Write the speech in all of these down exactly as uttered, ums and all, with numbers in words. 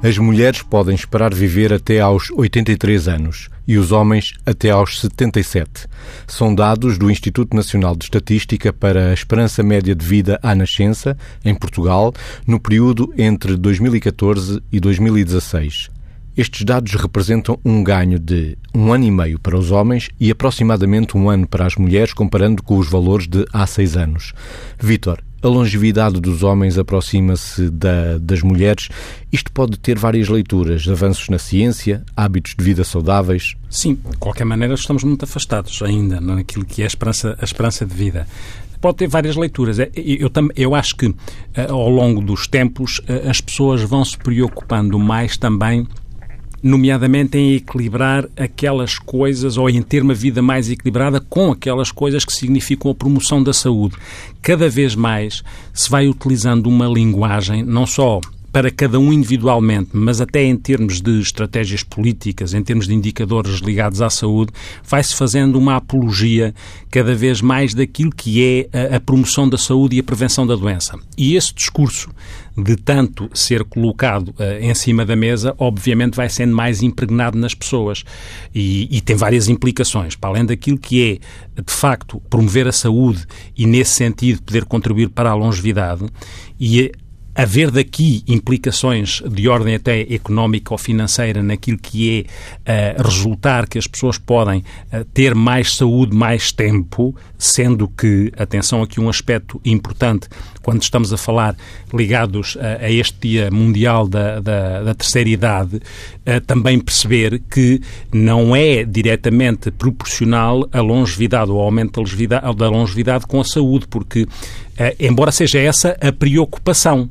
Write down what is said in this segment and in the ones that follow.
As mulheres podem esperar viver até aos oitenta e três anos e os homens até aos setenta e sete. São dados do Instituto Nacional de Estatística para a esperança média de vida à nascença, em Portugal, no período entre dois mil e catorze e dois mil e dezasseis. Estes dados representam um ganho de um ano e meio para os homens e aproximadamente um ano para as mulheres, comparando com os valores de há seis anos. Vítor, a longevidade dos homens aproxima-se da, das mulheres. Isto pode ter várias leituras, avanços na ciência, hábitos de vida saudáveis. Sim, de qualquer maneira estamos muito afastados ainda naquilo que é a esperança, a esperança de vida. Pode ter várias leituras. Eu, eu, eu acho que ao longo dos tempos as pessoas vão se preocupando mais também, nomeadamente em equilibrar aquelas coisas, ou em ter uma vida mais equilibrada com aquelas coisas que significam a promoção da saúde. Cada vez mais se vai utilizando uma linguagem, não só para cada um individualmente, mas até em termos de estratégias políticas, em termos de indicadores ligados à saúde, vai-se fazendo uma apologia cada vez mais daquilo que é a, a promoção da saúde e a prevenção da doença. E esse discurso, de tanto ser colocado uh, em cima da mesa, obviamente vai sendo mais impregnado nas pessoas e, e tem várias implicações, para além daquilo que é, de facto, promover a saúde e, nesse sentido, poder contribuir para a longevidade e haver daqui implicações de ordem até económica ou financeira naquilo que é uh, resultar que as pessoas podem uh, ter mais saúde, mais tempo, sendo que, atenção aqui um aspecto importante, quando estamos a falar ligados a, a este Dia Mundial da, da, da Terceira Idade, uh, também perceber que não é diretamente proporcional a longevidade ou ao aumento da longevidade, da longevidade com a saúde, porque, uh, embora seja essa a preocupação,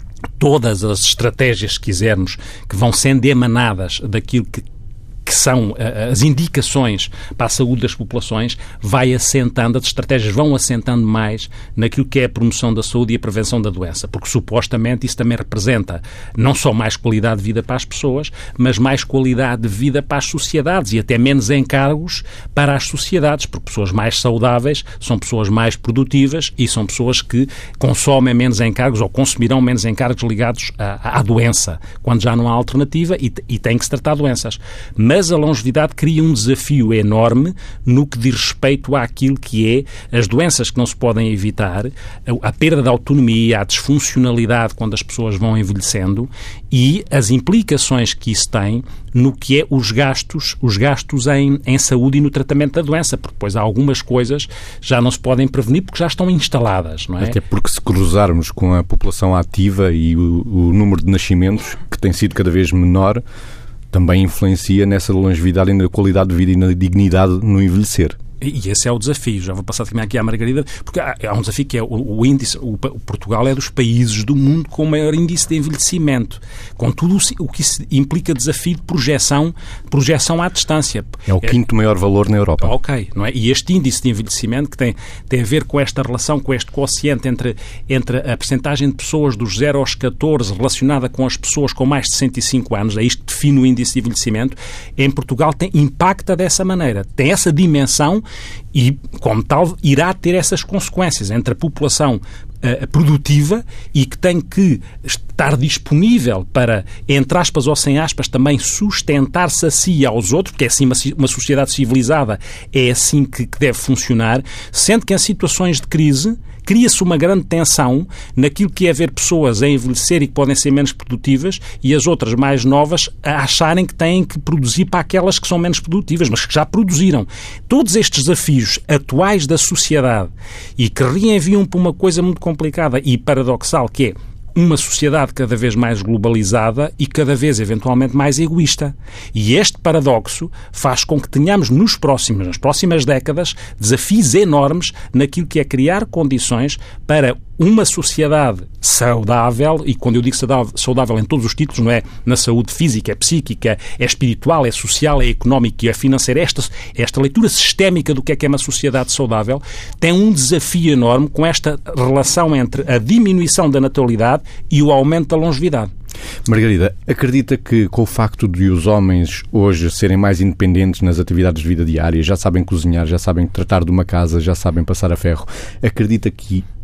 todas as estratégias, se quisermos, que vão sendo emanadas daquilo que que são uh, as indicações para a saúde das populações, vai assentando, as estratégias vão assentando mais naquilo que é a promoção da saúde e a prevenção da doença, porque supostamente isso também representa não só mais qualidade de vida para as pessoas, mas mais qualidade de vida para as sociedades e até menos encargos para as sociedades, porque pessoas mais saudáveis são pessoas mais produtivas e são pessoas que consomem menos encargos ou consumirão menos encargos ligados à, à doença, quando já não há alternativa e, e tem que se tratar doenças. Mas Mas a longevidade cria um desafio enorme no que diz respeito àquilo que é as doenças que não se podem evitar, a perda de autonomia, a disfuncionalidade quando as pessoas vão envelhecendo e as implicações que isso tem no que é os gastos, os gastos em, em saúde e no tratamento da doença, porque depois há algumas coisas já não se podem prevenir porque já estão instaladas, não é? Até porque se cruzarmos com a população ativa e o, o número de nascimentos, que tem sido cada vez menor, também influencia nessa longevidade e na qualidade de vida e na dignidade no envelhecer. E esse é o desafio. Já vou passar também aqui à Margarida, porque há, há um desafio que é o, o índice. O, o Portugal é dos países do mundo com o maior índice de envelhecimento, com tudo o que isso implica desafio de projeção, projeção à distância. É o quinto é, maior valor na Europa. Ok, não é? E este índice de envelhecimento que tem, tem a ver com esta relação, com este quociente entre, entre a percentagem de pessoas dos zero aos catorze relacionada com as pessoas com mais de sessenta e cinco anos, é isto que define o índice de envelhecimento, em Portugal tem, impacta dessa maneira, tem essa dimensão e, como tal, irá ter essas consequências entre a população uh, produtiva e que tem que estar disponível para, entre aspas ou sem aspas, também sustentar-se a si e aos outros, porque é assim uma, uma sociedade civilizada, é assim que, que deve funcionar, sendo que em situações de crise cria-se uma grande tensão naquilo que é ver pessoas a envelhecer e que podem ser menos produtivas e as outras mais novas a acharem que têm que produzir para aquelas que são menos produtivas, mas que já produziram. Todos estes desafios atuais da sociedade e que reenviam para uma coisa muito complicada e paradoxal, que é uma sociedade cada vez mais globalizada e cada vez, eventualmente, mais egoísta. E este paradoxo faz com que tenhamos nos próximos, nas próximas décadas desafios enormes naquilo que é criar condições para uma sociedade saudável, e quando eu digo saudável, saudável em todos os títulos, não é na saúde física, é psíquica, é espiritual, é social, é económica e é financeira, esta, esta leitura sistémica do que é que é uma sociedade saudável, tem um desafio enorme com esta relação entre a diminuição da natalidade e o aumento da longevidade. Margarida, acredita que com o facto de os homens hoje serem mais independentes nas atividades de vida diária, já sabem cozinhar, já sabem tratar de uma casa, já sabem passar a ferro, acredita que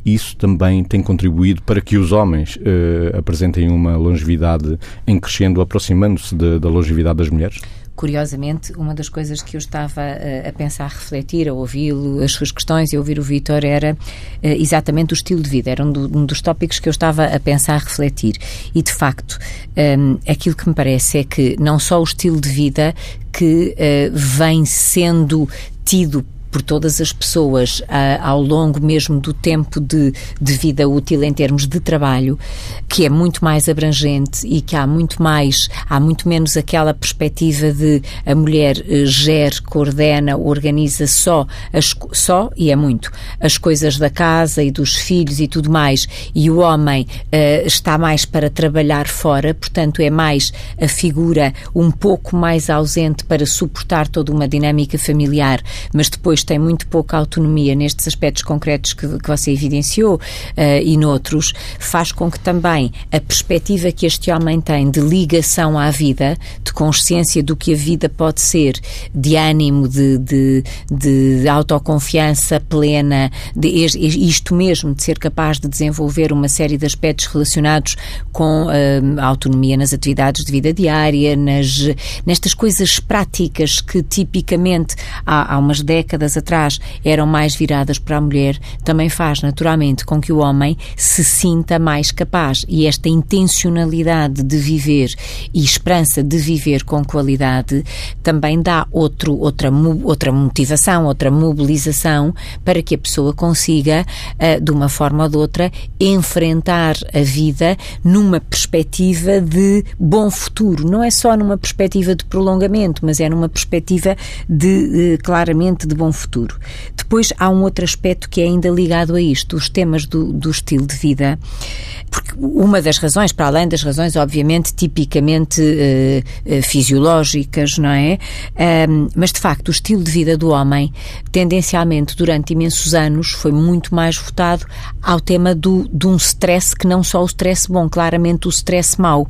isso também tem contribuído para que os homens uh, apresentem uma longevidade em crescendo, aproximando-se da longevidade das mulheres? Curiosamente, uma das coisas que eu estava uh, a pensar, a refletir, a ouvi-lo, as suas questões e a ouvir o Vítor, era uh, exatamente o estilo de vida. Era um, do, um dos tópicos que eu estava a pensar, a refletir. E, de facto, um, aquilo que me parece é que não só o estilo de vida que uh, vem sendo tido por todas as pessoas uh, ao longo mesmo do tempo de, de vida útil em termos de trabalho, que é muito mais abrangente e que há muito mais, há muito menos aquela perspectiva de a mulher uh, gere, coordena, organiza só, as, só, e é muito, as coisas da casa e dos filhos e tudo mais, e o homem uh, está mais para trabalhar fora, portanto é mais a figura um pouco mais ausente para suportar toda uma dinâmica familiar, mas depois tem muito pouca autonomia nestes aspectos concretos que, que você evidenciou uh, e noutros, faz com que também a perspectiva que este homem tem de ligação à vida, de consciência do que a vida pode ser, de ânimo, de, de, de autoconfiança plena, de isto mesmo, de ser capaz de desenvolver uma série de aspectos relacionados com uh, a autonomia nas atividades de vida diária, nas, nestas coisas práticas que tipicamente há, há umas décadas atrás eram mais viradas para a mulher, também faz naturalmente com que o homem se sinta mais capaz, e esta intencionalidade de viver e esperança de viver com qualidade também dá outro, outra, outra motivação, outra mobilização para que a pessoa consiga, de uma forma ou de outra, enfrentar a vida numa perspectiva de bom futuro. Não é só numa perspectiva de prolongamento, mas é numa perspectiva de, claramente, de bom futuro. Depois há um outro aspecto que é ainda ligado a isto, os temas do, do estilo de vida, porque uma das razões, para além das razões obviamente tipicamente uh, uh, fisiológicas, não é? Um, mas de facto o estilo de vida do homem tendencialmente durante imensos anos foi muito mais votado ao tema do, de um stress, que não só o stress bom, claramente o stress mau,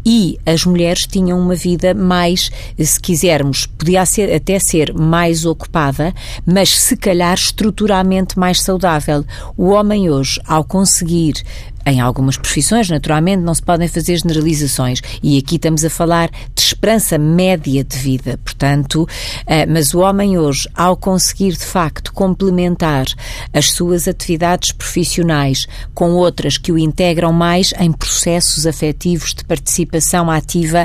e as mulheres tinham uma vida mais, se quisermos, podia ser, até ser mais ocupada, mas se calhar estruturalmente mais saudável. O homem hoje, ao conseguir, em algumas profissões, naturalmente, não se podem fazer generalizações, e aqui estamos a falar de esperança média de vida, portanto, mas o homem hoje, ao conseguir de facto complementar as suas atividades profissionais com outras que o integram mais em processos afetivos de participação ativa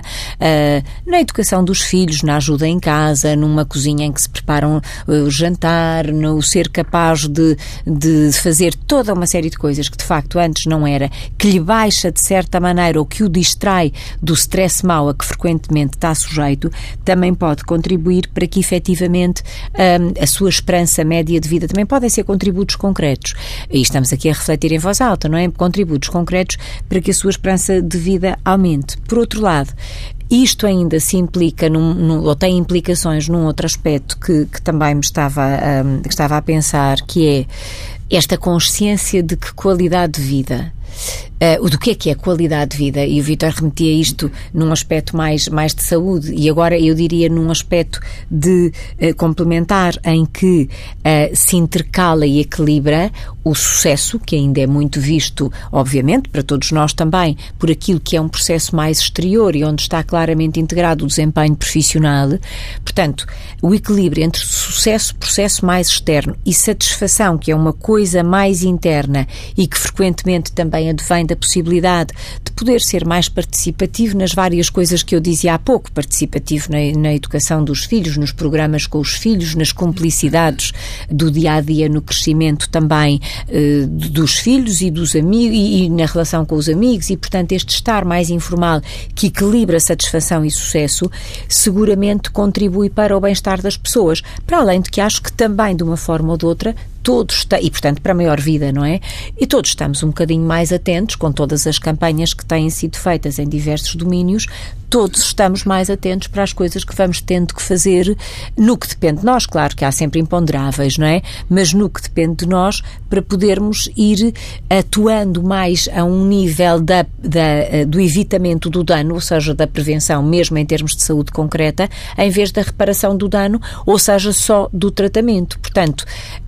na educação dos filhos, na ajuda em casa, numa cozinha em que se preparam o jantar, no ser capaz de, de fazer toda uma série de coisas que de facto antes não era, que lhe baixa de certa maneira ou que o distrai do stress mau a que frequentemente está sujeito, também pode contribuir para que efetivamente um, a sua esperança média de vida, também podem ser contributos concretos, e estamos aqui a refletir em voz alta, não é? Contributos concretos para que a sua esperança de vida aumente. Por outro lado, isto ainda se implica, num, num, ou tem implicações num outro aspecto que, que também me estava, um, que estava a pensar, que é esta consciência de que qualidade de vida, Uh, do que é que é qualidade de vida, e o Vítor remetia isto num aspecto mais, mais de saúde, e agora eu diria num aspecto de uh, complementar, em que uh, se intercala e equilibra o sucesso, que ainda é muito visto, obviamente, para todos nós também, por aquilo que é um processo mais exterior e onde está claramente integrado o desempenho profissional. Portanto, o equilíbrio entre sucesso, processo mais externo, e satisfação, que é uma coisa mais interna e que frequentemente também advém da possibilidade de poder ser mais participativo nas várias coisas que eu dizia há pouco, participativo na, na educação dos filhos, nos programas com os filhos, nas cumplicidades do dia-a-dia, no crescimento também eh, dos filhos e dos amigos, e, e na relação com os amigos, e portanto este estar mais informal que equilibra satisfação e sucesso seguramente contribui para o bem-estar das pessoas, para além de que acho que também de uma forma ou de outra todos, e portanto para a maior vida, não é? E todos estamos um bocadinho mais atentos, com todas as campanhas que têm sido feitas em diversos domínios, todos estamos mais atentos para as coisas que vamos tendo que fazer, no que depende de nós, claro que há sempre imponderáveis, não é? Mas no que depende de nós, para podermos ir atuando mais a um nível da, da, do evitamento do dano, ou seja, da prevenção, mesmo em termos de saúde concreta, em vez da reparação do dano, ou seja, só do tratamento. Portanto, acho que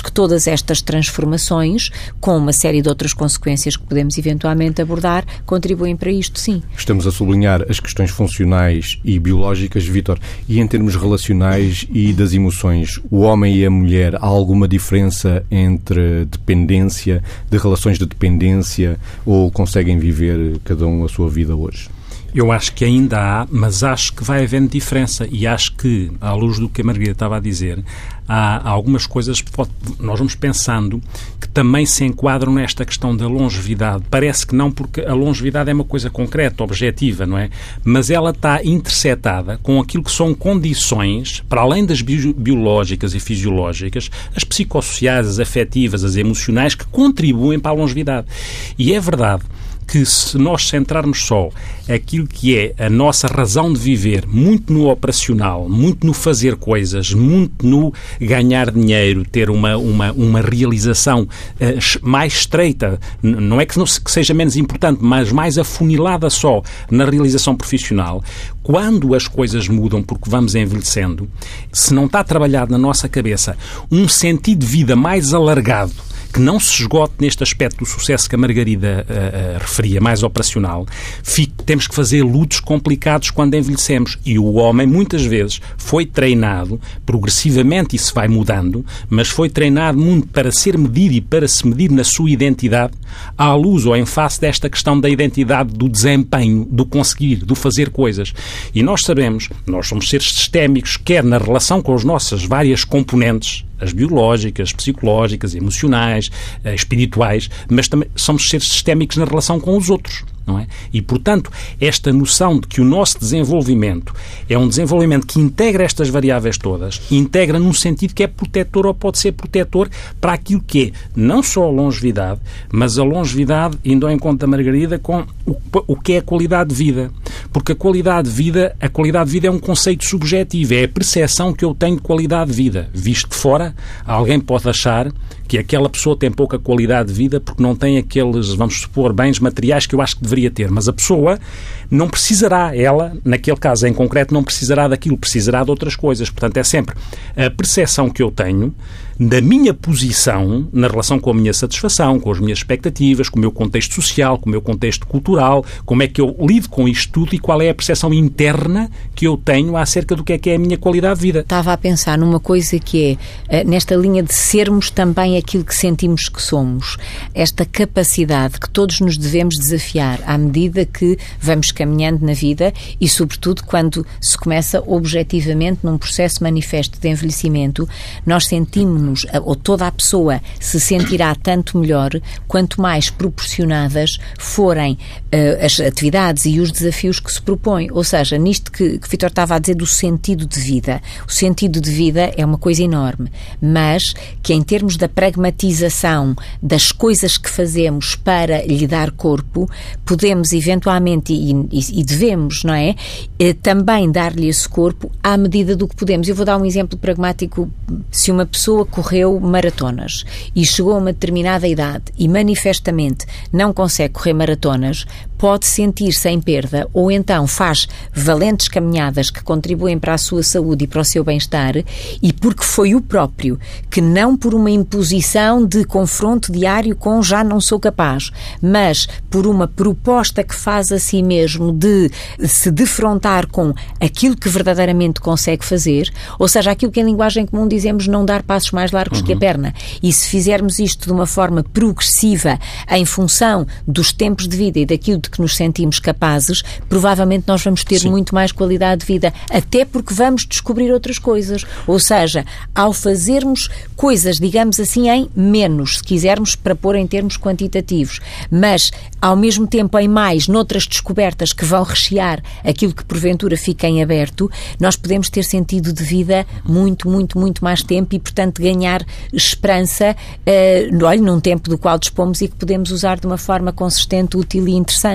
que todas estas transformações, com uma série de outras consequências que podemos eventualmente abordar, contribuem para isto, sim. Estamos a sublinhar as questões funcionais e biológicas, Vítor, e em termos relacionais e das emoções, o homem e a mulher, há alguma diferença entre dependência, de relações de dependência, ou conseguem viver cada um a sua vida hoje? Eu acho que ainda há, mas acho que vai havendo diferença e acho que, à luz do que a Margarida estava a dizer, há algumas coisas que nós vamos pensando que também se enquadram nesta questão da longevidade. Parece que não, porque a longevidade é uma coisa concreta, objetiva, não é? Mas ela está intersetada com aquilo que são condições, para além das bio- biológicas e fisiológicas, as psicossociais, as afetivas, as emocionais, que contribuem para a longevidade. E é verdade que se nós centrarmos só aquilo que é a nossa razão de viver, muito no operacional, muito no fazer coisas, muito no ganhar dinheiro, ter uma, uma, uma realização uh, mais estreita, não é que, não, que seja menos importante, mas mais afunilada só na realização profissional, quando as coisas mudam porque vamos envelhecendo, se não está trabalhado na nossa cabeça um sentido de vida mais alargado, que não se esgote neste aspecto do sucesso que a Margarida uh, uh, referia, mais operacional, fique, temos que fazer lutos complicados quando envelhecemos. E o homem, muitas vezes, foi treinado, progressivamente isso vai mudando, mas foi treinado muito para ser medido e para se medir na sua identidade, à luz ou em face desta questão da identidade, do desempenho, do conseguir, do fazer coisas. E nós sabemos, nós somos seres sistémicos, quer na relação com as nossas várias componentes, as biológicas, psicológicas, emocionais, espirituais, mas também somos seres sistémicos na relação com os outros, não é? E, portanto, esta noção de que o nosso desenvolvimento é um desenvolvimento que integra estas variáveis todas, integra num sentido que é protetor ou pode ser protetor para aquilo que é não só a longevidade, mas a longevidade, indo ao encontro da Margarida, com o, o que é a qualidade de vida. Porque a qualidade de vida, a qualidade de vida é um conceito subjetivo, é a percepção que eu tenho de qualidade de vida. Visto de fora, alguém pode achar que aquela pessoa tem pouca qualidade de vida porque não tem aqueles, vamos supor, bens materiais que eu acho que deveria ter. Mas a pessoa não precisará, ela, naquele caso em concreto, não precisará daquilo, precisará de outras coisas. Portanto, é sempre a percepção que eu tenho da minha posição na relação com a minha satisfação, com as minhas expectativas, com o meu contexto social, com o meu contexto cultural, como é que eu lido com isto tudo e qual é a percepção interna que eu tenho acerca do que é que é a minha qualidade de vida. Estava a pensar numa coisa que é, nesta linha de sermos também aquilo que sentimos que somos, esta capacidade que todos nos devemos desafiar à medida que vamos caminhando na vida e, sobretudo, quando se começa objetivamente num processo manifesto de envelhecimento, nós sentimos ou toda a pessoa se sentirá tanto melhor quanto mais proporcionadas forem uh, as atividades e os desafios que se propõem. Ou seja, nisto que, que Vítor estava a dizer do sentido de vida. O sentido de vida é uma coisa enorme, mas que em termos da pragmatização das coisas que fazemos para lhe dar corpo, podemos eventualmente e, e, e devemos, não é? Uh, também dar-lhe esse corpo à medida do que podemos. Eu vou dar um exemplo pragmático. Se uma pessoa correu maratonas e chegou a uma determinada idade e manifestamente não consegue correr maratonas, pode sentir-se em perda ou então faz valentes caminhadas que contribuem para a sua saúde e para o seu bem-estar e porque foi o próprio que, não por uma imposição de confronto diário com já não sou capaz, mas por uma proposta que faz a si mesmo de se defrontar com aquilo que verdadeiramente consegue fazer, ou seja, aquilo que em linguagem comum dizemos não dar passos mais largos uhum. que a perna. E se fizermos isto de uma forma progressiva em função dos tempos de vida e daquilo de que nos sentimos capazes, provavelmente nós vamos ter Sim. muito mais qualidade de vida, até porque vamos descobrir outras coisas. Ou seja, ao fazermos coisas, digamos assim, em menos, se quisermos, para pôr em termos quantitativos, mas ao mesmo tempo em mais, noutras descobertas que vão rechear aquilo que porventura fica em aberto, nós podemos ter sentido de vida muito, muito, muito mais tempo e, portanto, ganhar esperança, uh, olha, num tempo do qual dispomos e que podemos usar de uma forma consistente, útil e interessante.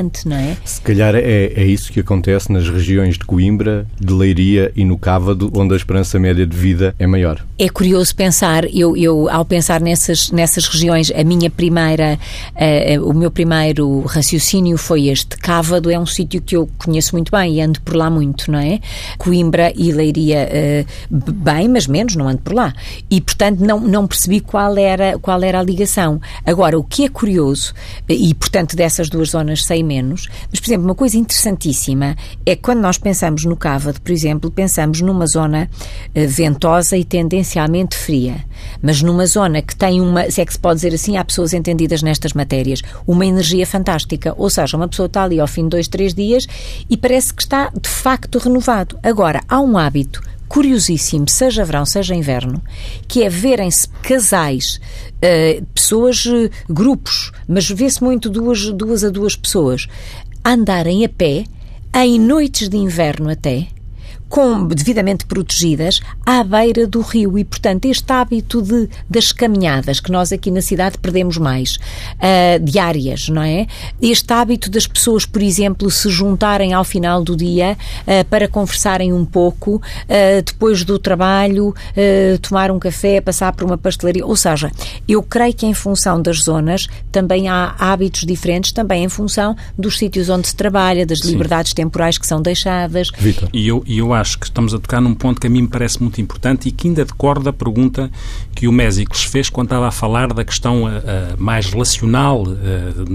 importante, não é? Se calhar é, é isso que acontece nas regiões de Coimbra, de Leiria e no Cávado, onde a esperança média de vida é maior. É curioso pensar, eu, eu ao pensar nessas, nessas regiões, a minha primeira, uh, o meu primeiro raciocínio foi este. Cávado é um sítio que eu conheço muito bem e ando por lá muito, não é? Coimbra e Leiria uh, bem, mas menos, não ando por lá. E, portanto, não, não percebi qual era, qual era a ligação. Agora, o que é curioso, e, portanto, dessas duas zonas sei menos, mas, por exemplo, uma coisa interessantíssima é que quando nós pensamos no Cávado, por exemplo, pensamos numa zona uh, ventosa e tendencialmente fria, mas numa zona que tem uma, se é que se pode dizer assim, há pessoas entendidas nestas matérias, uma energia fantástica, ou seja, uma pessoa está ali ao fim de dois, três dias e parece que está de facto renovado. Agora, há um hábito curiosíssimo, seja verão, seja inverno, que é verem-se casais, uh, pessoas, uh, grupos, mas vê-se muito duas, duas a duas pessoas, andarem a pé, em noites de inverno até, com, devidamente protegidas, à beira do rio. E, portanto, este hábito de, das caminhadas, que nós aqui na cidade perdemos mais, uh, diárias, não é? Este hábito das pessoas, por exemplo, se juntarem ao final do dia uh, para conversarem um pouco, uh, depois do trabalho, uh, tomar um café, passar por uma pastelaria. Ou seja, eu creio que em função das zonas também há hábitos diferentes, também em função dos sítios onde se trabalha, das Sim. liberdades temporais que são deixadas. Vítor. E eu, eu acho que estamos a tocar num ponto que a mim me parece muito importante e que ainda decorre da pergunta que o Mésicles fez quando estava a falar da questão uh, mais relacional, uh,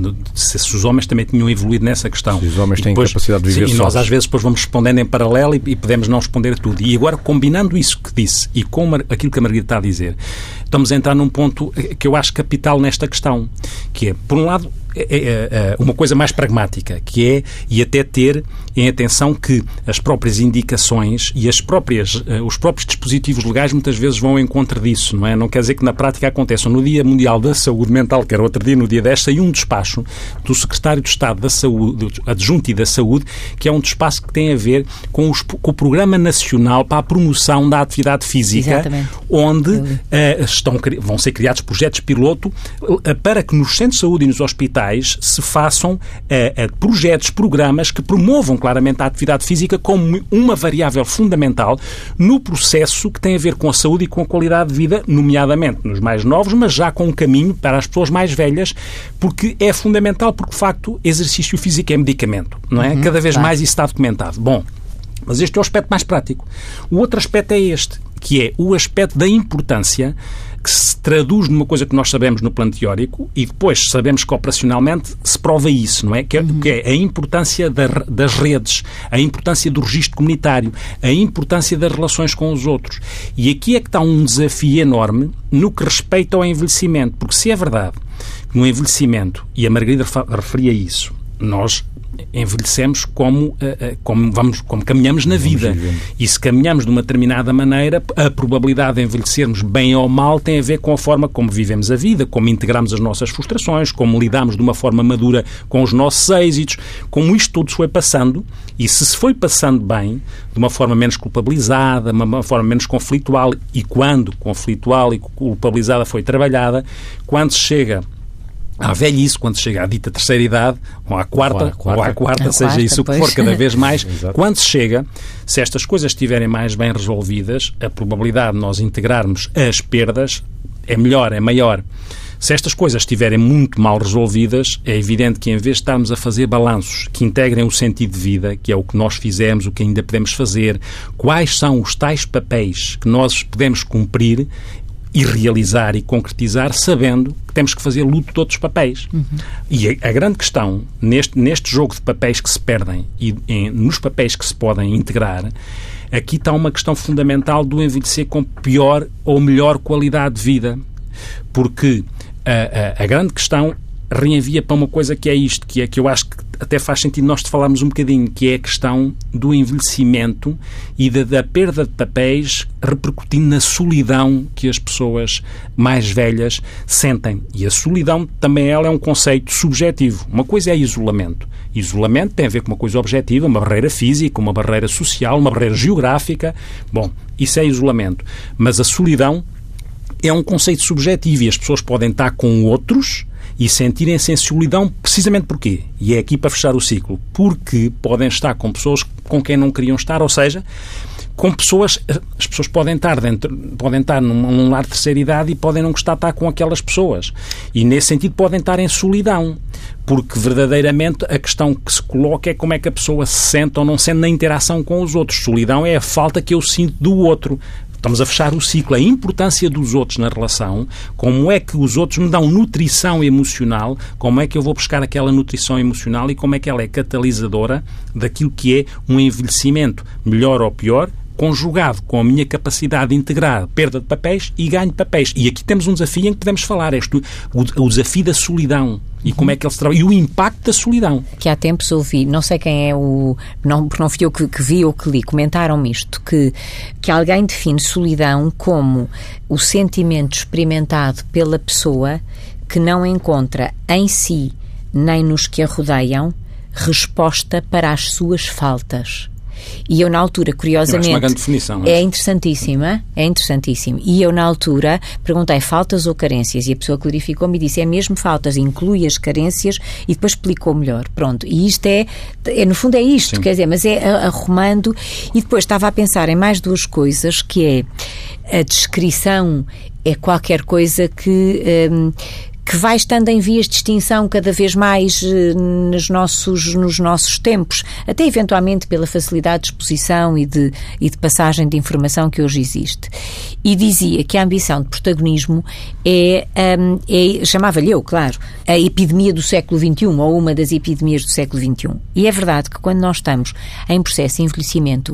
se, se os homens também tinham evoluído nessa questão. Se os homens e têm depois, capacidade de viver sim, e nós sós. às vezes depois vamos respondendo em paralelo e, e podemos não responder a tudo. E agora, combinando isso que disse e com aquilo que a Margarida está a dizer, estamos a entrar num ponto que eu acho capital nesta questão, que é, por um lado, é, é, uma coisa mais pragmática, que é, e até ter em atenção que as próprias indicações e as próprias, os próprios dispositivos legais muitas vezes vão ao encontro disso, não é? Não quer dizer que na prática aconteça. No Dia Mundial da Saúde Mental, que era outro dia, no dia dez, saiu um despacho do Secretário de Estado da Saúde, Adjunto e da Saúde, que é um despacho que tem a ver com, os, com o Programa Nacional para a Promoção da Atividade Física, Exatamente. onde uh, estão, vão ser criados projetos piloto uh, para que nos centros de saúde e nos hospitais se façam uh, uh, projetos, programas que promovam claramente a atividade física como uma variável fundamental no processo que tem a ver com a saúde e com a qualidade de vida, nomeadamente nos mais novos, mas já com um caminho para as pessoas mais velhas, porque é fundamental, porque de facto exercício físico é medicamento, não é? Uhum, Cada vez claro. mais isso está documentado. Bom, mas este é o aspecto mais prático. O outro aspecto é este, que é o aspecto da importância que se traduz numa coisa que nós sabemos no plano teórico e depois sabemos que operacionalmente se prova isso, não é? Que é, uhum. que é a importância da, das redes, a importância do registro comunitário, a importância das relações com os outros. E aqui é que está um desafio enorme no que respeita ao envelhecimento, porque se é verdade que no envelhecimento, e a Margarida referia isso, nós envelhecemos como, como, vamos, como caminhamos na vida. E se caminhamos de uma determinada maneira, a probabilidade de envelhecermos bem ou mal tem a ver com a forma como vivemos a vida, como integramos as nossas frustrações, como lidamos de uma forma madura com os nossos êxitos, como isto tudo se foi passando, e se se foi passando bem, de uma forma menos culpabilizada, de uma forma menos conflitual, e quando conflitual e culpabilizada foi trabalhada, quando se chega à velhice, quando chega à dita terceira idade, ou à quarta, ou à quarta, ou à quarta seja quarta, isso o que for, cada vez mais, quando se chega, se estas coisas estiverem mais bem resolvidas, a probabilidade de nós integrarmos as perdas é melhor, é maior. Se estas coisas estiverem muito mal resolvidas, é evidente que em vez de estarmos a fazer balanços que integrem o sentido de vida, que é o que nós fizemos, o que ainda podemos fazer, quais são os tais papéis que nós podemos cumprir e realizar e concretizar, sabendo que temos que fazer luto de outros papéis. Uhum. E a, a grande questão, neste, neste jogo de papéis que se perdem e em, nos papéis que se podem integrar, aqui está uma questão fundamental do envelhecer com pior ou melhor qualidade de vida. Porque a, a, a grande questão reenvia para uma coisa que é isto, que é que eu acho que até faz sentido nós te falarmos um bocadinho, que é a questão do envelhecimento e da, da perda de papéis repercutindo na solidão que as pessoas mais velhas sentem. E a solidão também ela é um conceito subjetivo. Uma coisa é isolamento. Isolamento tem a ver com uma coisa objetiva, uma barreira física, uma barreira social, uma barreira geográfica. Bom, isso é isolamento. Mas a solidão é um conceito subjetivo e as pessoas podem estar com outros e sentirem-se em solidão precisamente porquê? E é aqui para fechar o ciclo. Porque podem estar com pessoas com quem não queriam estar, ou seja, com pessoas, as pessoas podem estar, dentro, podem estar num, num lar de terceira idade e podem não gostar de estar com aquelas pessoas. E, nesse sentido, podem estar em solidão. Porque, verdadeiramente, a questão que se coloca é como é que a pessoa se sente ou não sente na interação com os outros. Solidão é a falta que eu sinto do outro. Estamos a fechar o ciclo. A importância dos outros na relação, como é que os outros me dão nutrição emocional, como é que eu vou buscar aquela nutrição emocional e como é que ela é catalisadora daquilo que é um envelhecimento, melhor ou pior, conjugado com a minha capacidade de integrar perda de papéis e ganho de papéis. E aqui temos um desafio em que podemos falar, é este, o, o desafio da solidão. E como é que ele se trabalha? E o impacto da solidão. Que há tempos ouvi, não sei quem é o... Não, porque não fui eu que, que vi ou que li, comentaram-me isto, que, que alguém define solidão como o sentimento experimentado pela pessoa que não encontra em si, nem nos que a rodeiam, resposta para as suas faltas. E eu, na altura, curiosamente... É uma grande definição. É interessantíssima, é interessantíssimo. E eu, na altura, perguntei faltas ou carências, e a pessoa clarificou-me e disse, é mesmo faltas, inclui as carências, e depois explicou melhor. Pronto, e isto é, é no fundo é isto, Sim. quer dizer, mas é arrumando, e depois estava a pensar em mais duas coisas, que é a descrição é qualquer coisa que... Hum, que vai estando em vias de extinção cada vez mais eh, nos, nossos, nos nossos tempos, até eventualmente pela facilidade de exposição e de, e de passagem de informação que hoje existe. E dizia que a ambição de protagonismo é, um, é chamava-lhe eu, claro, a epidemia do século vinte e um, ou uma das epidemias do século vinte e um. E é verdade que quando nós estamos em processo de envelhecimento,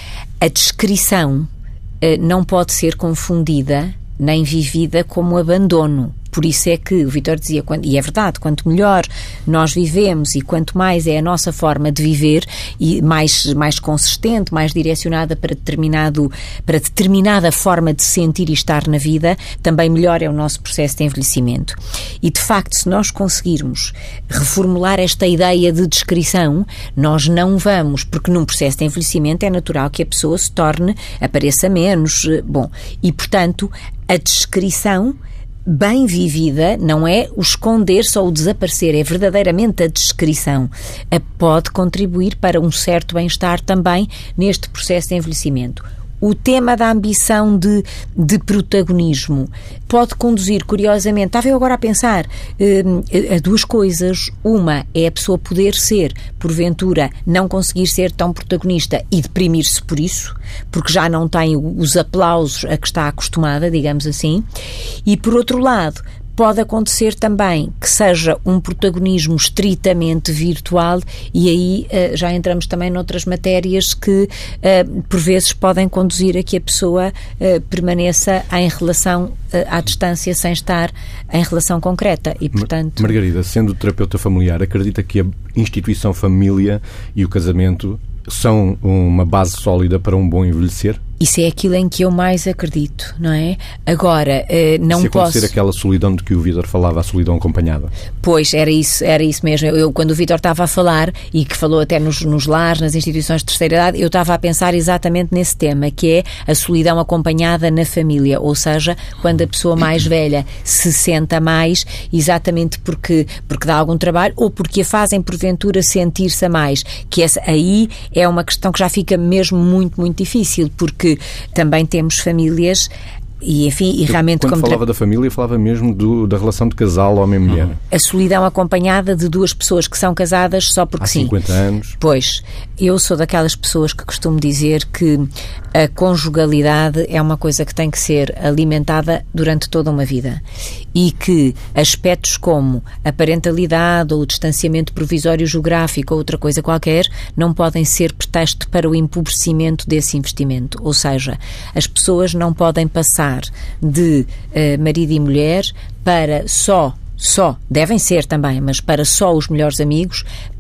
a descrição eh, não pode ser confundida nem vivida como abandono. Por isso é que o Vítor dizia, e é verdade, quanto melhor nós vivemos e quanto mais é a nossa forma de viver e mais, mais consistente, mais direcionada para, determinado, para determinada forma de sentir e estar na vida, também melhor é o nosso processo de envelhecimento. E, de facto, se nós conseguirmos reformular esta ideia de descrição, nós não vamos, porque num processo de envelhecimento é natural que a pessoa se torne, apareça menos, bom, e, portanto, a descrição bem vivida não é o esconder-se ou o desaparecer, é verdadeiramente a descrição. Pode contribuir para um certo bem-estar também neste processo de envelhecimento. O tema da ambição de, de protagonismo pode conduzir, curiosamente, estava eu agora a pensar, eh, a duas coisas. Uma é a pessoa poder ser, porventura, não conseguir ser tão protagonista e deprimir-se por isso, porque já não tem os aplausos a que está acostumada, digamos assim. E, por outro lado, pode acontecer também que seja um protagonismo estritamente virtual e aí uh, já entramos também noutras matérias que uh, por vezes podem conduzir a que a pessoa uh, permaneça em relação uh, à distância sem estar em relação concreta e, portanto... Margarida, sendo terapeuta familiar, acredita que a instituição família e o casamento são uma base sólida para um bom envelhecer? Isso é aquilo em que eu mais acredito, não é? Agora, não Se posso... acontecer aquela solidão de que o Vítor falava, a solidão acompanhada. Pois, era isso, era isso mesmo. Eu, quando o Vítor estava a falar, e que falou até nos, nos lares, nas instituições de terceira idade, eu estava a pensar exatamente nesse tema, que é a solidão acompanhada na família, ou seja, quando a pessoa mais velha se senta mais, exatamente porque, porque dá algum trabalho, ou porque a fazem, porventura, sentir-se a mais, que essa, aí é uma questão que já fica mesmo muito, muito difícil, porque também temos famílias e, enfim, e realmente... Quando como falava tra... da família, falava mesmo do, da relação de casal homem-mulher. Uhum. A solidão acompanhada de duas pessoas que são casadas só porque Há sim. cinquenta anos. Pois, eu sou daquelas pessoas que costumo dizer que a conjugalidade é uma coisa que tem que ser alimentada durante toda uma vida e que aspectos como a parentalidade ou o distanciamento provisório geográfico ou outra coisa qualquer não podem ser pretexto para o empobrecimento desse investimento. Ou seja, as pessoas não podem passar de uh, marido e mulher para só, só, devem ser também, mas para só os melhores amigos,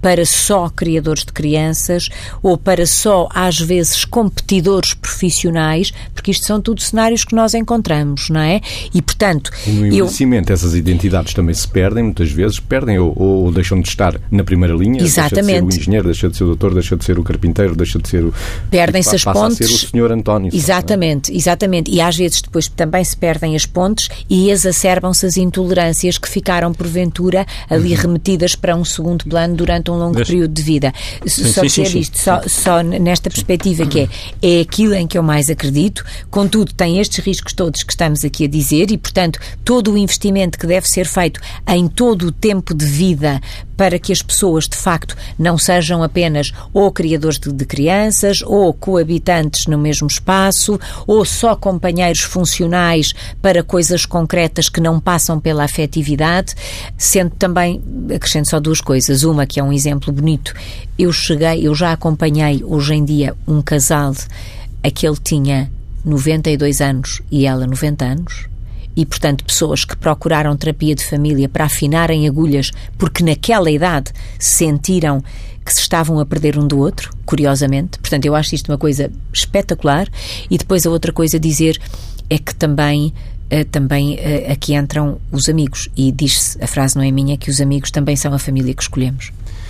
para só criadores de crianças ou para só, às vezes, competidores profissionais, porque isto são tudo cenários que nós encontramos, não é? E, portanto... No envelhecimento, eu... essas identidades também se perdem, muitas vezes perdem ou, ou deixam de estar na primeira linha. Exatamente. Deixa de ser o engenheiro, deixa de ser o doutor, deixa de ser o carpinteiro, deixa de ser o... Perdem-se as passa pontes. Passa a ser o senhor António. Exatamente, sabe? exatamente. E às vezes depois também se perdem as pontes e exacerbam-se as intolerâncias que ficaram, porventura, ali uhum. remetidas para um segundo plano durante um longo Deixa. período de vida. Sim, só sim, dizer sim, isto, sim. Só, só nesta perspectiva que é, é aquilo em que eu mais acredito, contudo tem estes riscos todos que estamos aqui a dizer e, portanto, todo o investimento que deve ser feito em todo o tempo de vida para que as pessoas, de facto, não sejam apenas ou criadores de, de crianças, ou coabitantes no mesmo espaço, ou só companheiros funcionais para coisas concretas que não passam pela afetividade, sendo também, acrescento só duas coisas, uma que é um exemplo bonito, eu cheguei, eu já acompanhei hoje em dia um casal, aquele tinha noventa e dois anos e ela noventa anos, e, portanto, pessoas que procuraram terapia de família para afinarem agulhas porque naquela idade sentiram que se estavam a perder um do outro, curiosamente. Portanto, eu acho isto uma coisa espetacular. E depois a outra coisa a dizer é que também, uh, também uh, aqui entram os amigos. E diz-se, a frase não é minha, que os amigos também são a família que escolhemos.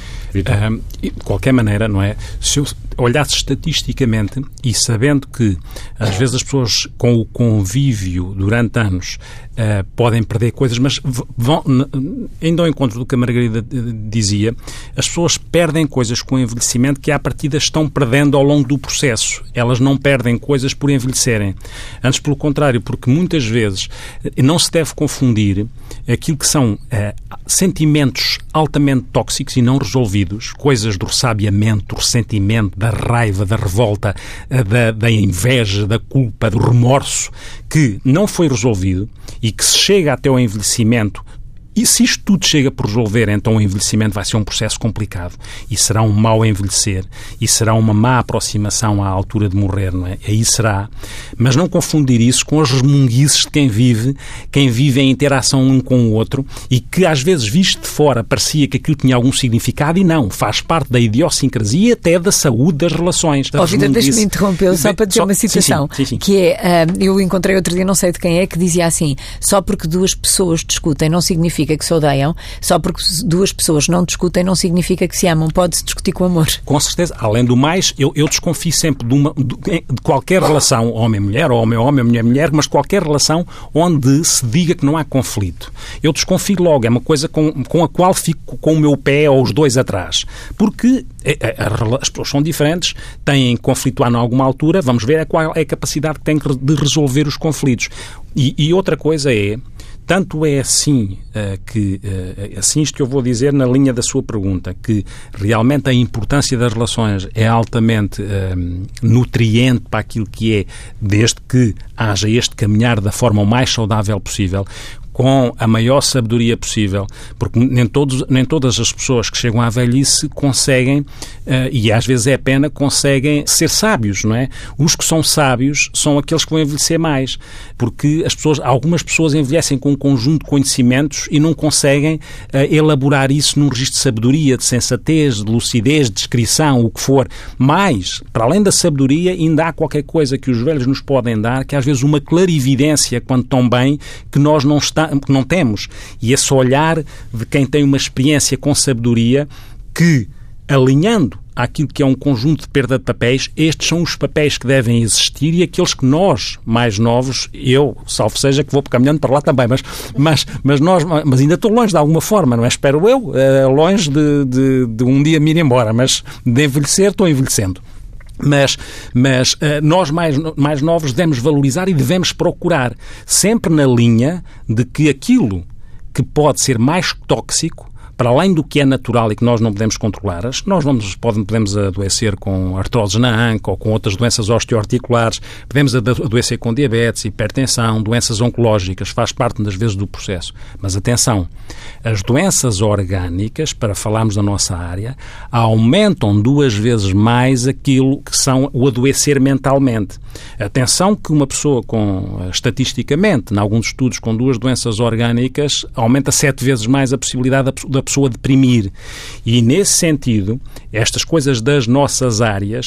Um, de qualquer maneira, não é? Se eu olhasse estatisticamente e sabendo que às vezes as pessoas com o convívio durante anos uh, podem perder coisas, mas vão, ainda ao encontro do que a Margarida dizia, as pessoas perdem coisas com o envelhecimento que à partida estão perdendo ao longo do processo. Elas não perdem coisas por envelhecerem. Antes, pelo contrário, porque muitas vezes não se deve confundir aquilo que são uh, sentimentos altamente tóxicos e não resolvidos, coisas do ressabiamento, do ressentimento, da raiva, da revolta, da, da inveja, da culpa, do remorso, que não foi resolvido e que se chega até ao envelhecimento. E se isto tudo chega por resolver, então o envelhecimento vai ser um processo complicado e será um mau envelhecer e será uma má aproximação à altura de morrer, não é? Aí será. Mas não confundir isso com as resmunguices de quem vive, quem vive em interação um com o outro e que às vezes visto de fora parecia que aquilo tinha algum significado e não. Faz parte da idiosincrasia e até da saúde das relações. Ó, Vitor, deixa-me interromper só para dizer só, uma citação sim, sim, sim, sim. que é, uh, eu encontrei outro dia, não sei de quem é, que dizia assim, só porque duas pessoas discutem não significa que se odeiam, só porque duas pessoas não discutem não significa que se amam. Pode-se discutir com amor. Com certeza. Além do mais, eu, eu desconfio sempre de, uma, de, de qualquer relação, homem-mulher, ou homem-homem, mulher-mulher, mas qualquer relação onde se diga que não há conflito. Eu desconfio logo. É uma coisa com, com a qual fico com o meu pé ou os dois atrás. Porque a, a, as pessoas são diferentes, têm que conflituar em alguma altura, vamos ver qual é a capacidade que têm de resolver os conflitos. E, e outra coisa é, tanto é assim uh, que, uh, assim isto que eu vou dizer na linha da sua pergunta, que realmente a importância das relações é altamente uh, nutriente para aquilo que é, desde que haja este caminhar da forma o mais saudável possível, com a maior sabedoria possível, porque nem, todos, nem todas as pessoas que chegam à velhice conseguem, uh, e às vezes é pena, conseguem ser sábios, não é? Os que são sábios são aqueles que vão envelhecer mais, porque as pessoas, algumas pessoas envelhecem com um conjunto de conhecimentos e não conseguem uh, elaborar isso num registro de sabedoria, de sensatez, de lucidez, de descrição, o que for. Mas, para além da sabedoria, ainda há qualquer coisa que os velhos nos podem dar, que às vezes uma clarividência, quando estão bem, que nós não estamos que não temos, e esse olhar de quem tem uma experiência com sabedoria que, alinhando àquilo que é um conjunto de perda de papéis, estes são os papéis que devem existir e aqueles que nós, mais novos, eu, salvo seja que vou caminhando para lá também, mas, mas, mas, nós, mas ainda estou longe de alguma forma, não é? Espero eu, uh, longe de, de, de um dia me ir embora, mas de envelhecer, estou envelhecendo. Mas, mas uh, nós mais, mais novos devemos valorizar e devemos procurar sempre na linha de que aquilo que pode ser mais tóxico, para além do que é natural e que nós não podemos controlar, nós vamos, podemos adoecer com artroses na anca ou com outras doenças osteoarticulares, podemos adoecer com diabetes, hipertensão, doenças oncológicas, faz parte das vezes do processo. Mas atenção, as doenças orgânicas, para falarmos da nossa área, aumentam duas vezes mais aquilo que são o adoecer mentalmente. Atenção que uma pessoa com, estatisticamente, em alguns estudos com duas doenças orgânicas, aumenta sete vezes mais a possibilidade da pessoa pessoa deprimir. E, nesse sentido, estas coisas das nossas áreas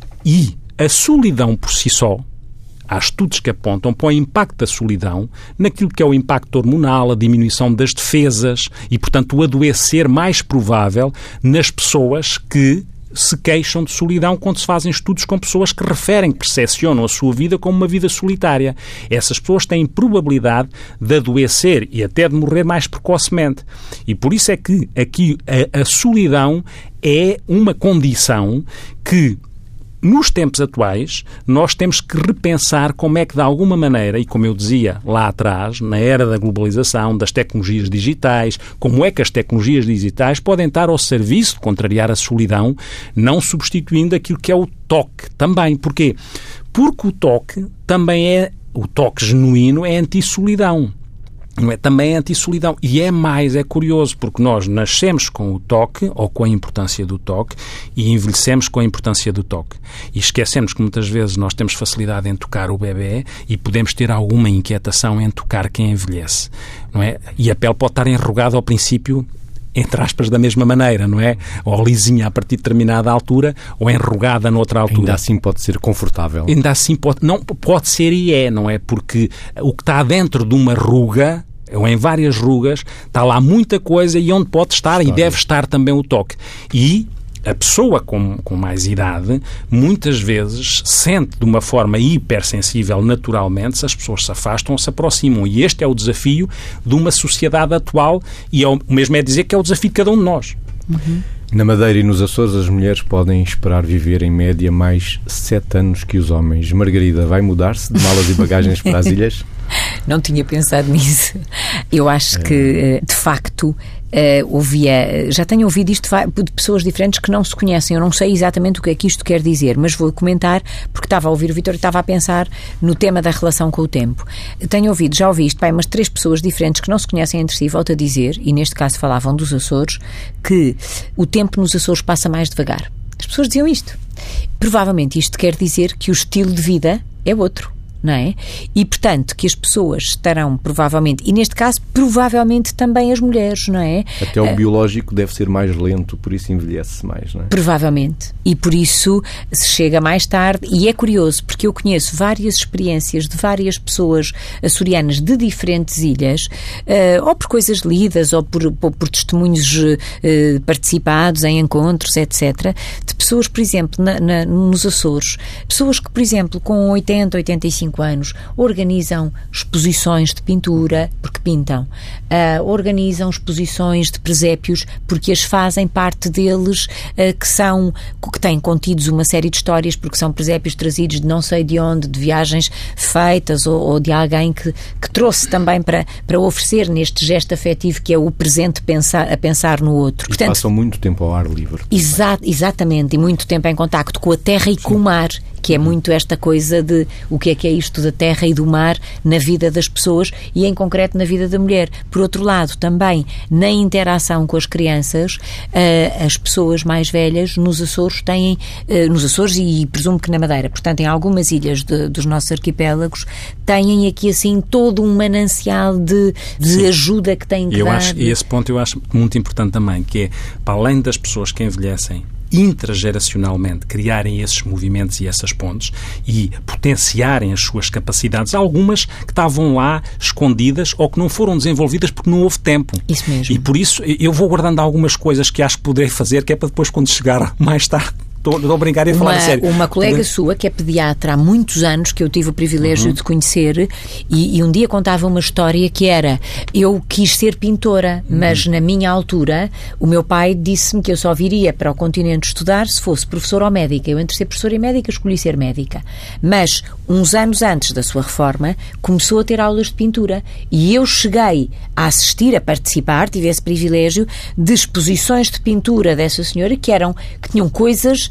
e a solidão por si só, há estudos que apontam para o impacto da solidão naquilo que é o impacto hormonal, a diminuição das defesas e, portanto, o adoecer mais provável nas pessoas que se queixam de solidão quando se fazem estudos com pessoas que referem, que percepcionam a sua vida como uma vida solitária. Essas pessoas têm probabilidade de adoecer e até de morrer mais precocemente. E por isso é que aqui a, a solidão é uma condição que, nos tempos atuais, nós temos que repensar como é que, de alguma maneira, e como eu dizia lá atrás, na era da globalização, das tecnologias digitais, como é que as tecnologias digitais podem estar ao serviço de contrariar a solidão, não substituindo aquilo que é o toque também. Porquê? Porque o toque também é, o toque genuíno é anti-solidão. Não é? Também é anti-solidão. E é mais, é curioso, porque nós nascemos com o toque, ou com a importância do toque, e envelhecemos com a importância do toque. E esquecemos que muitas vezes nós temos facilidade em tocar o bebê e podemos ter alguma inquietação em tocar quem envelhece. Não é? E a pele pode estar enrugada ao princípio, entre aspas, da mesma maneira, não é? Ou lisinha a partir de determinada altura, ou enrugada noutra altura. Ainda assim pode ser confortável. Ainda assim pode, não, pode ser e é, não é? Porque o que está dentro de uma ruga, ou em várias rugas, está lá muita coisa e onde pode estar História. E deve estar também o toque. E a pessoa com, com mais idade, muitas vezes, sente de uma forma hipersensível naturalmente se as pessoas se afastam ou se aproximam. E este é o desafio de uma sociedade atual e é o mesmo é dizer que é o desafio de cada um de nós. Uhum. Na Madeira e nos Açores, as mulheres podem esperar viver, em média, mais sete anos que os homens. Margarida, vai mudar-se de malas e bagagens para as ilhas? Não tinha pensado nisso. Eu acho que, de facto, Uh, ouvia, já tenho ouvido isto de pessoas diferentes que não se conhecem. Eu não sei exatamente o que é que isto quer dizer, mas vou comentar porque estava a ouvir o Vítor e estava a pensar no tema da relação com o tempo. Tenho ouvido, já ouvi isto, pai, umas três pessoas diferentes que não se conhecem entre si, volto a dizer, e neste caso falavam dos Açores, que o tempo nos Açores passa mais devagar. As pessoas diziam isto. Provavelmente isto quer dizer que o estilo de vida é outro. Não é? E, portanto, que as pessoas estarão, provavelmente, e neste caso, provavelmente também as mulheres, não é? Até o uh, biológico deve ser mais lento, por isso envelhece mais, não é? Provavelmente. E por isso se chega mais tarde. E é curioso, porque eu conheço várias experiências de várias pessoas açorianas de diferentes ilhas, uh, ou por coisas lidas, ou por, por, por testemunhos uh, participados em encontros, etcétera, de pessoas, por exemplo, na, na, nos Açores, pessoas que, por exemplo, com oitenta, oitenta e cinco anos, organizam exposições de pintura, porque pintam, uh, organizam exposições de presépios, porque as fazem parte deles, uh, que são, que têm contidos uma série de histórias, porque são presépios trazidos de não sei de onde, de viagens feitas, ou, ou de alguém que, que trouxe também para, para oferecer neste gesto afetivo que é o presente pensar, a pensar no outro. E Portanto, passam muito tempo ao ar livre. Exa- exatamente, e muito tempo em contacto com a terra e Sim. com o mar, que é muito esta coisa de o que é que é isto da terra e do mar na vida das pessoas e, em concreto, na vida da mulher. Por outro lado, também, na interação com as crianças, uh, as pessoas mais velhas nos Açores têm, uh, nos Açores e presumo que na Madeira, portanto, em algumas ilhas de, dos nossos arquipélagos, têm aqui, assim, todo um manancial de, de ajuda que têm que eu dar. Acho, e esse ponto eu acho muito importante também, que é, para além das pessoas que envelhecem, intrageracionalmente criarem esses movimentos e essas pontes e potenciarem as suas capacidades, algumas que estavam lá escondidas ou que não foram desenvolvidas porque não houve tempo. Isso mesmo. E por isso eu vou guardando algumas coisas que acho que poderei fazer, que é para depois, quando chegar mais tarde, Estou a brincar e a falar a sério. Uma colega Porque... sua, que é pediatra há muitos anos, que eu tive o privilégio uhum. de conhecer, e, e um dia contava uma história que era: eu quis ser pintora, uhum. mas na minha altura o meu pai disse-me que eu só viria para o continente estudar se fosse professora ou médica. Eu, entre ser professora e médica, escolhi ser médica. Mas, uns anos antes da sua reforma, começou a ter aulas de pintura. E eu cheguei a assistir, a participar, tive esse privilégio, de exposições de pintura dessa senhora que eram, que tinham coisas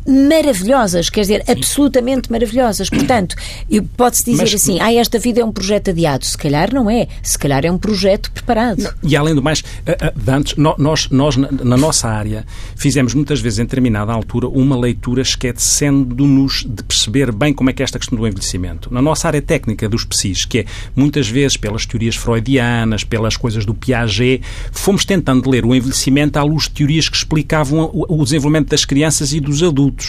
maravilhosas, quer dizer, Sim. absolutamente maravilhosas. Portanto, pode-se dizer Mas, assim, ah, esta vida é um projeto adiado. Se calhar não é. Se calhar é um projeto preparado. Não. E além do mais, antes, nós, nós na nossa área fizemos muitas vezes, em determinada altura, uma leitura esquecendo-nos de perceber bem como é que é esta questão do envelhecimento. Na nossa área técnica dos psis, que é muitas vezes pelas teorias freudianas, pelas coisas do Piaget, fomos tentando ler o envelhecimento à luz de teorias que explicavam o desenvolvimento das crianças e dos adultos.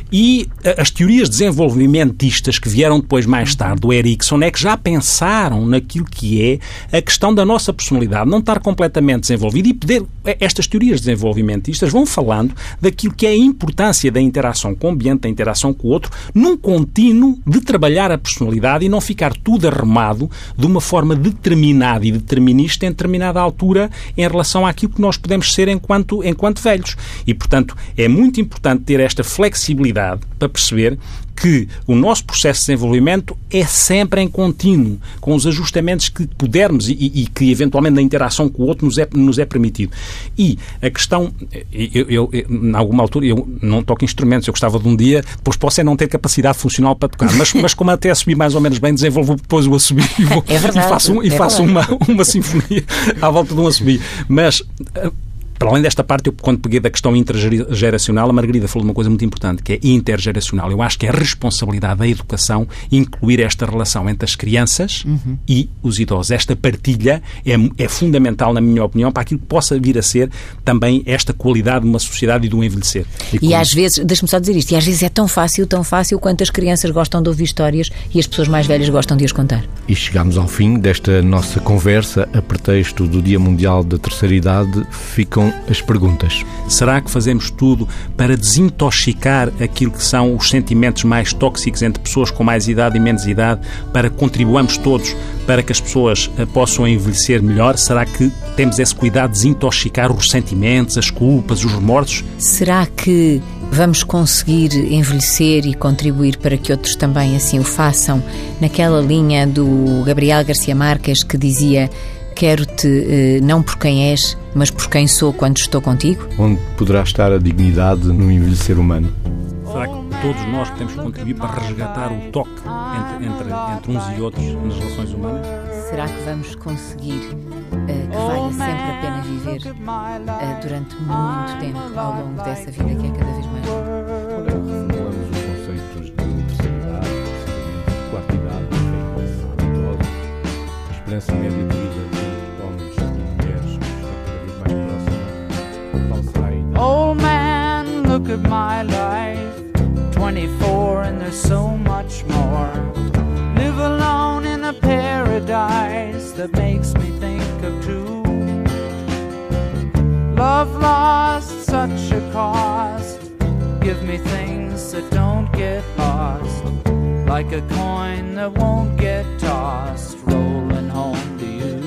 E as teorias desenvolvimentistas que vieram depois, mais tarde, do Erikson, é que já pensaram naquilo que é a questão da nossa personalidade não estar completamente desenvolvida e poder... Estas teorias desenvolvimentistas vão falando daquilo que é a importância da interação com o ambiente, da interação com o outro, num contínuo de trabalhar a personalidade e não ficar tudo arrumado de uma forma determinada e determinista em determinada altura em relação àquilo que nós podemos ser enquanto, enquanto velhos. E, portanto, é muito importante ter esta flexibilidade para perceber que o nosso processo de desenvolvimento é sempre em contínuo, com os ajustamentos que pudermos e, e que, eventualmente, na interação com o outro nos é, nos é permitido. E a questão, eu, eu, eu, em alguma altura, eu não toco instrumentos, eu gostava de um dia, depois posso é não ter capacidade funcional para tocar, mas, mas como até assobi mais ou menos bem, desenvolvo depois o assobio e, vou, é verdade, e faço, um, e é faço uma, uma sinfonia à volta de um assobio. Mas... Para além desta parte, eu, quando peguei da questão intergeracional, a Margarida falou de uma coisa muito importante, que é intergeracional. Eu acho que é a responsabilidade da educação incluir esta relação entre as crianças uhum. e os idosos. Esta partilha é, é fundamental, na minha opinião, para aquilo que possa vir a ser também esta qualidade de uma sociedade e do envelhecer. E, e às vezes, deixa-me só dizer isto, e às vezes é tão fácil, tão fácil, quanto as crianças gostam de ouvir histórias e as pessoas mais velhas gostam de as contar. E chegamos ao fim desta nossa conversa. A pretexto do Dia Mundial da Terceira Idade, ficam as perguntas. Será que fazemos tudo para desintoxicar aquilo que são os sentimentos mais tóxicos entre pessoas com mais idade e menos idade, para que contribuamos todos para que as pessoas possam envelhecer melhor? Será que temos esse cuidado de desintoxicar os ressentimentos, as culpas, os remorsos? Será que vamos conseguir envelhecer e contribuir para que outros também assim o façam? Naquela linha do Gabriel Garcia Marques, que dizia: quero-te eh, não por quem és, mas por quem sou quando estou contigo? Onde poderá estar a dignidade no envelhecer humano? Será que todos nós podemos contribuir para resgatar o toque entre, entre, entre uns e outros nas relações humanas? Será que vamos conseguir uh, que valha sempre a pena viver uh, durante muito tempo ao longo dessa vida que é cada vez mais longa? Reformulamos os conceitos de terceira idade, de quarta idade, de idosos, a esperança média de vida de homens e mulheres está cada vez mais próxima. Qual será a idade? Old man, look at my life, twenty-four and there's so much more. Live alone in a paradise that makes me think of two. Love lost, such a cost. Give me things that don't get lost, like a coin that won't get tossed, rolling home to you.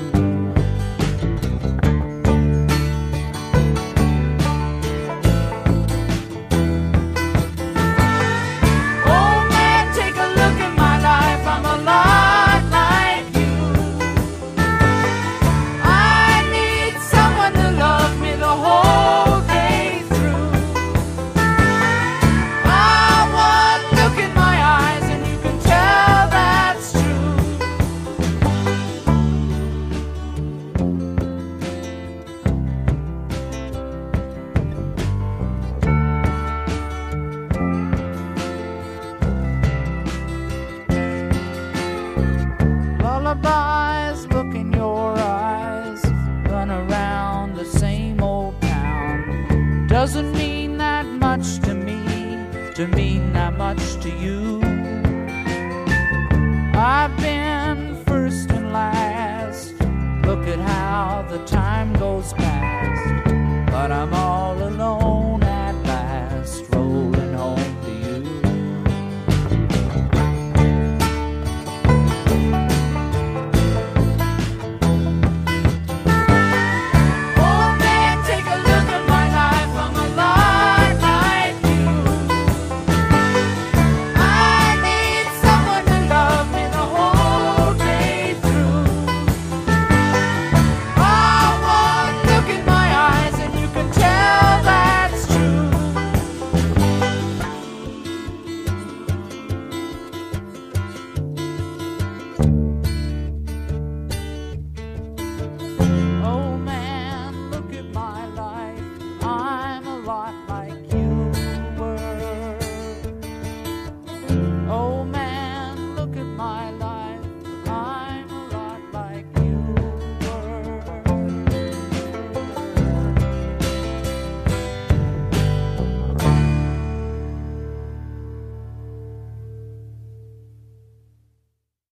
Lullabies, look in your eyes, run around the same old town. Doesn't mean that much to me, to mean that much to you. I've been first and last, look at how the time goes by.